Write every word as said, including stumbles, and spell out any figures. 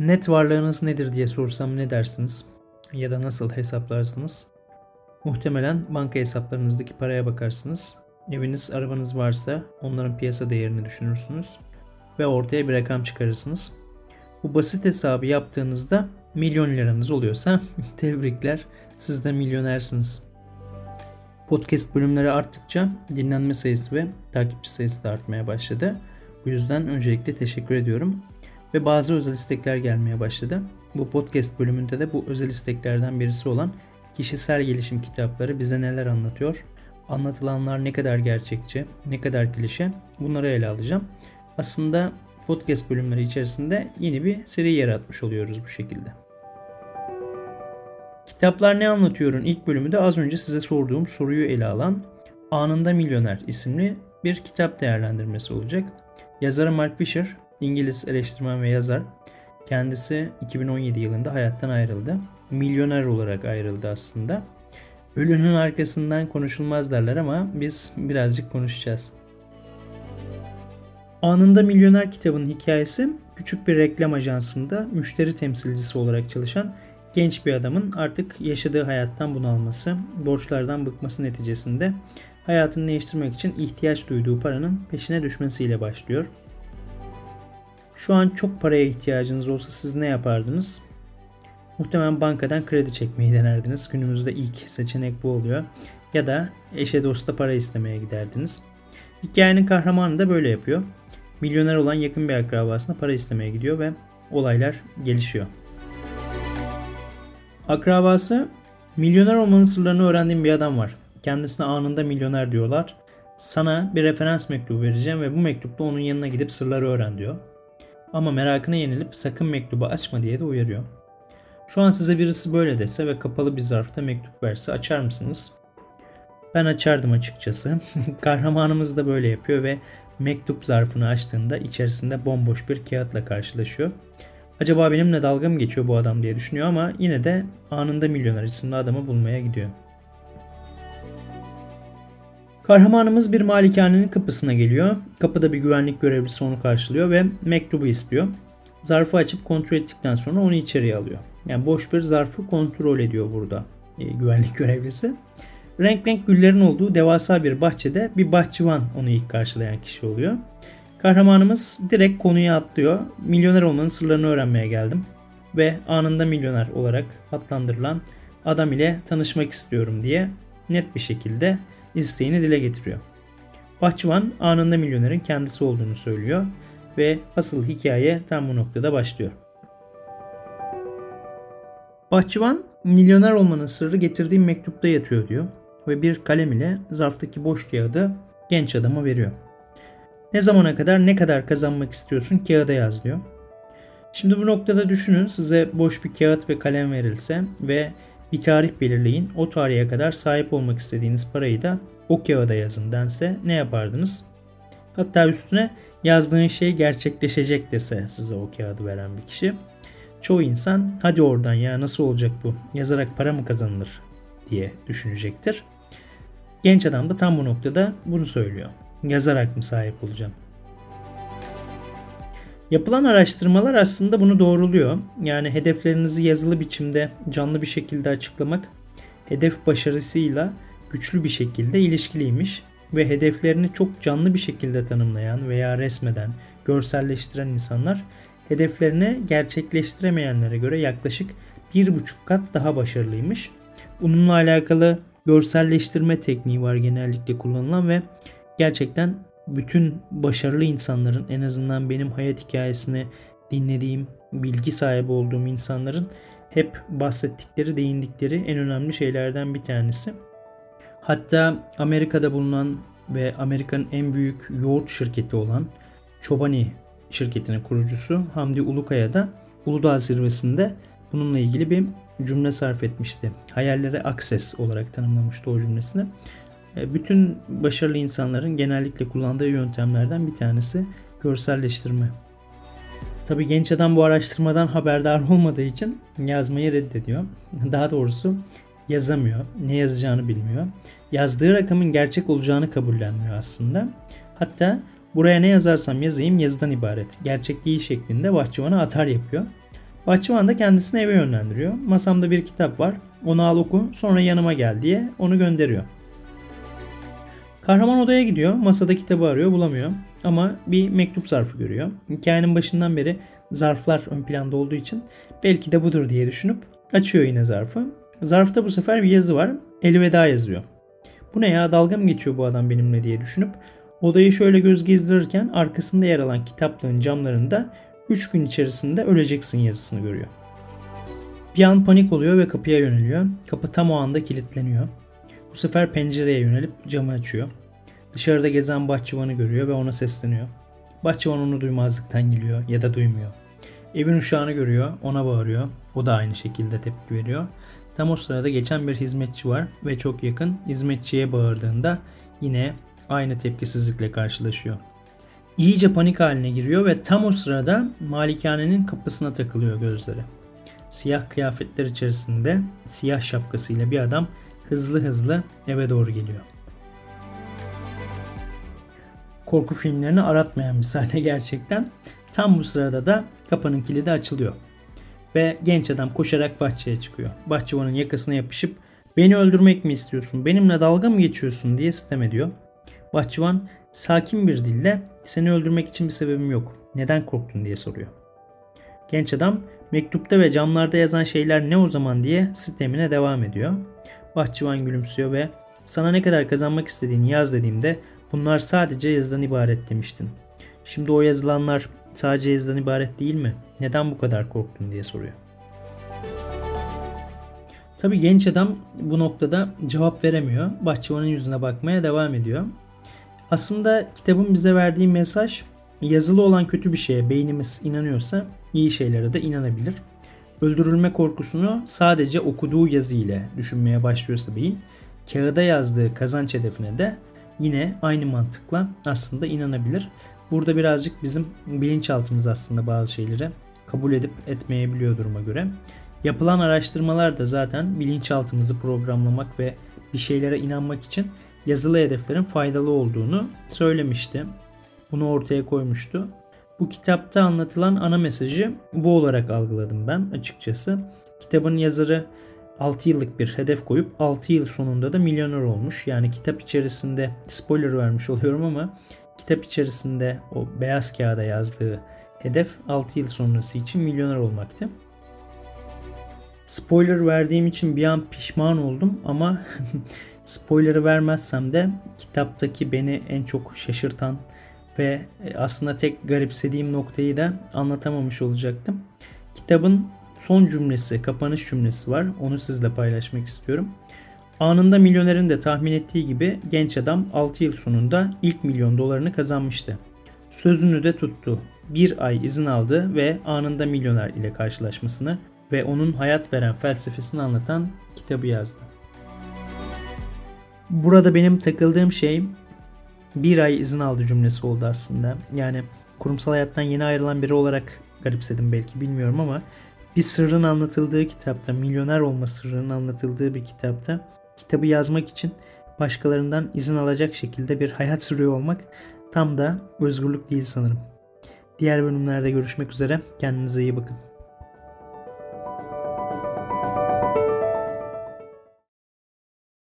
Net varlığınız nedir diye sorsam ne dersiniz? Ya da nasıl hesaplarsınız? Muhtemelen banka hesaplarınızdaki paraya bakarsınız. Eviniz, arabanız varsa onların piyasa değerini düşünürsünüz ve ortaya bir rakam çıkarırsınız. Bu basit hesabı yaptığınızda milyon liranız oluyorsa tebrikler, siz de milyonersiniz. Podcast bölümleri arttıkça dinlenme sayısı ve takipçi sayısı da artmaya başladı. Bu yüzden öncelikle teşekkür ediyorum. Ve bazı özel istekler gelmeye başladı. Bu podcast bölümünde de bu özel isteklerden birisi olan kişisel gelişim kitapları bize neler anlatıyor? Anlatılanlar ne kadar gerçekçi, ne kadar klişe? Bunları ele alacağım. Aslında podcast bölümleri içerisinde yeni bir seri yaratmış oluyoruz bu şekilde. Kitaplar ne anlatıyor'un ilk bölümü de az önce size sorduğum soruyu ele alan Anında Milyoner isimli bir kitap değerlendirmesi olacak. Yazarı Mark Fisher, İngiliz eleştirmen ve yazar. Kendisi iki bin on yedi yılında hayattan ayrıldı. Milyoner olarak ayrıldı aslında. Ölünün arkasından konuşulmaz derler ama biz birazcık konuşacağız. Anında Milyoner kitabının hikayesi küçük bir reklam ajansında müşteri temsilcisi olarak çalışan genç bir adamın artık yaşadığı hayattan bunalması, borçlardan bıkması neticesinde hayatını değiştirmek için ihtiyaç duyduğu paranın peşine düşmesiyle başlıyor. Şu an çok paraya ihtiyacınız olsa siz ne yapardınız? Muhtemelen bankadan kredi çekmeyi denerdiniz. Günümüzde ilk seçenek bu oluyor. Ya da eşe dosta para istemeye giderdiniz. Hikayenin kahramanı da böyle yapıyor. Milyoner olan yakın bir akrabasına para istemeye gidiyor ve olaylar gelişiyor. Akrabası, milyoner olmanın sırlarını öğrendiğim bir adam var. Kendisine anında milyoner diyorlar. Sana bir referans mektubu vereceğim ve bu mektupla onun yanına gidip sırları öğren diyor. Ama merakına yenilip sakın mektubu açma diye de uyarıyor. Şu an size birisi böyle dese ve kapalı bir zarfta mektup verse açar mısınız? Ben açardım açıkçası. Kahramanımız da böyle yapıyor ve mektup zarfını açtığında içerisinde bomboş bir kağıtla karşılaşıyor. Acaba benimle dalga mı geçiyor bu adam diye düşünüyor ama yine de Anında Milyoner isimli adamı bulmaya gidiyor. Kahramanımız bir malikanenin kapısına geliyor. Kapıda bir güvenlik görevlisi onu karşılıyor ve mektubu istiyor. Zarfı açıp kontrol ettikten sonra onu içeriye alıyor. Yani boş bir zarfı kontrol ediyor burada e, güvenlik görevlisi. Renk renk güllerin olduğu devasa bir bahçede bir bahçıvan onu ilk karşılayan kişi oluyor. Kahramanımız direkt konuya atlıyor. Milyoner olmanın sırlarını öğrenmeye geldim. Ve Anında Milyoner olarak adlandırılan adam ile tanışmak istiyorum diye net bir şekilde isteğini dile getiriyor. Bahçıvan Anında Milyoner'in kendisi olduğunu söylüyor ve asıl hikaye tam bu noktada başlıyor. Bahçıvan, milyoner olmanın sırrı getirdiğim mektupta yatıyor diyor ve bir kalem ile zarftaki boş kağıdı genç adama veriyor. Ne zamana kadar ne kadar kazanmak istiyorsun kağıda yaz diyor. Şimdi bu noktada düşünün, size boş bir kağıt ve kalem verilse ve bir tarih belirleyin, o tarihe kadar sahip olmak istediğiniz parayı da o kağıda yazın dense ne yapardınız? Hatta üstüne yazdığın şey gerçekleşecek dese size o kağıdı veren bir kişi. Çoğu insan hadi oradan ya nasıl olacak bu, yazarak para mı kazanılır diye düşünecektir. Genç adam da tam bu noktada bunu söylüyor. Yazarak mı sahip olacağım? Yapılan araştırmalar aslında bunu doğruluyor. Yani hedeflerinizi yazılı biçimde canlı bir şekilde açıklamak hedef başarısıyla güçlü bir şekilde ilişkiliymiş ve hedeflerini çok canlı bir şekilde tanımlayan veya resmeden, görselleştiren insanlar hedeflerini gerçekleştiremeyenlere göre yaklaşık bir buçuk kat daha başarılıymış. Bununla alakalı görselleştirme tekniği var genellikle kullanılan ve gerçekten bütün başarılı insanların, en azından benim hayat hikayesini dinlediğim, bilgi sahibi olduğum insanların hep bahsettikleri, değindikleri en önemli şeylerden bir tanesi. Hatta Amerika'da bulunan ve Amerika'nın en büyük yoğurt şirketi olan Chobani şirketinin kurucusu Hamdi Ulukaya da Uludağ zirvesinde bununla ilgili bir cümle sarf etmişti. Hayallere akses olarak tanımlamıştı o cümlesini. Bütün başarılı insanların genellikle kullandığı yöntemlerden bir tanesi görselleştirme. Tabii genç adam bu araştırmadan haberdar olmadığı için yazmayı reddediyor. Daha doğrusu yazamıyor. Ne yazacağını bilmiyor. Yazdığı rakamın gerçek olacağını kabullenmiyor aslında. Hatta buraya ne yazarsam yazayım yazıdan ibaret, gerçek değil şeklinde bahçıvana atar yapıyor. Bahçıvan da kendisini eve yönlendiriyor. Masamda bir kitap var. Onu al oku, sonra yanıma gel diye onu gönderiyor. Kahraman odaya gidiyor. Masada kitabı arıyor, bulamıyor. Ama bir mektup zarfı görüyor. Hikayenin başından beri zarflar ön planda olduğu için belki de budur diye düşünüp açıyor yine zarfı. Zarfta bu sefer bir yazı var. Elveda yazıyor. Bu ne ya, dalga mı geçiyor bu adam benimle diye düşünüp odayı şöyle göz gezdirirken arkasında yer alan kitaplığın camlarında üç gün içerisinde öleceksin yazısını görüyor. Bir an panik oluyor ve kapıya yöneliyor. Kapı tam o anda kilitleniyor. Bu sefer pencereye yönelip camı açıyor. Dışarıda gezen bahçıvanı görüyor ve ona sesleniyor. Bahçıvan onu duymazlıktan geliyor ya da duymuyor. Evin uşağını görüyor, ona bağırıyor. O da aynı şekilde tepki veriyor. Tam o sırada geçen bir hizmetçi var ve çok yakın, hizmetçiye bağırdığında yine aynı tepkisizlikle karşılaşıyor. İyice panik haline giriyor ve tam o sırada malikanenin kapısına takılıyor gözleri. Siyah kıyafetler içerisinde siyah şapkasıyla bir adam hızlı hızlı eve doğru geliyor. Korku filmlerini aratmayan bir sahne gerçekten. Tam bu sırada da kapının kilidi açılıyor. Ve genç adam koşarak bahçeye çıkıyor. Bahçıvanın yakasına yapışıp "Beni öldürmek mi istiyorsun? Benimle dalga mı geçiyorsun?" diye sitem ediyor. Bahçıvan sakin bir dille "Seni öldürmek için bir sebebim yok. Neden korktun?" diye soruyor. Genç adam mektupta ve camlarda yazan şeyler ne o zaman diye sitemine devam ediyor. Bahçıvan gülümsüyor ve "Sana ne kadar kazanmak istediğini yaz dediğimde bunlar sadece yazıdan ibaret demiştin. Şimdi o yazılanlar sadece yazıdan ibaret değil mi? Neden bu kadar korktun?" diye soruyor. Tabii genç adam bu noktada cevap veremiyor. Bahçıvanın yüzüne bakmaya devam ediyor. Aslında kitabın bize verdiği mesaj, yazılı olan kötü bir şeye beynimiz inanıyorsa iyi şeylere de inanabilir. Öldürülme korkusunu sadece okuduğu yazı ile düşünmeye başlıyorsa beyin, kağıda yazdığı kazanç hedefine de yine aynı mantıkla aslında inanabilir. Burada birazcık bizim bilinçaltımız aslında bazı şeyleri kabul edip etmeyebiliyor duruma göre. Yapılan araştırmalar da zaten bilinçaltımızı programlamak ve bir şeylere inanmak için yazılı hedeflerin faydalı olduğunu söylemişti. Bunu ortaya koymuştu. Bu kitapta anlatılan ana mesajı bu olarak algıladım ben açıkçası. Kitabın yazarı altı yıllık bir hedef koyup altı yıl sonunda da milyoner olmuş. Yani kitap içerisinde, spoiler vermiş oluyorum ama kitap içerisinde o beyaz kağıda yazdığı hedef altı yıl sonrası için milyoner olmaktı. Spoiler verdiğim için bir an pişman oldum ama spoiler'ı vermezsem de kitaptaki beni en çok şaşırtan ve aslında tek garipsediğim noktayı da anlatamamış olacaktım. Kitabın son cümlesi, kapanış cümlesi var. Onu sizle paylaşmak istiyorum. Anında milyonerin de tahmin ettiği gibi genç adam altı yıl sonunda ilk milyon dolarını kazanmıştı. Sözünü de tuttu. Bir ay izin aldı ve anında milyoner ile karşılaşmasını ve onun hayat veren felsefesini anlatan kitabı yazdı. Burada benim takıldığım şey bir ay izin aldı cümlesi oldu aslında. Yani kurumsal hayattan yeni ayrılan biri olarak garipsedim belki, bilmiyorum ama bir sırrın anlatıldığı kitapta, milyoner olma sırrının anlatıldığı bir kitapta kitabı yazmak için başkalarından izin alacak şekilde bir hayat sürüyor olmak tam da özgürlük değil sanırım. Diğer bölümlerde görüşmek üzere. Kendinize iyi bakın.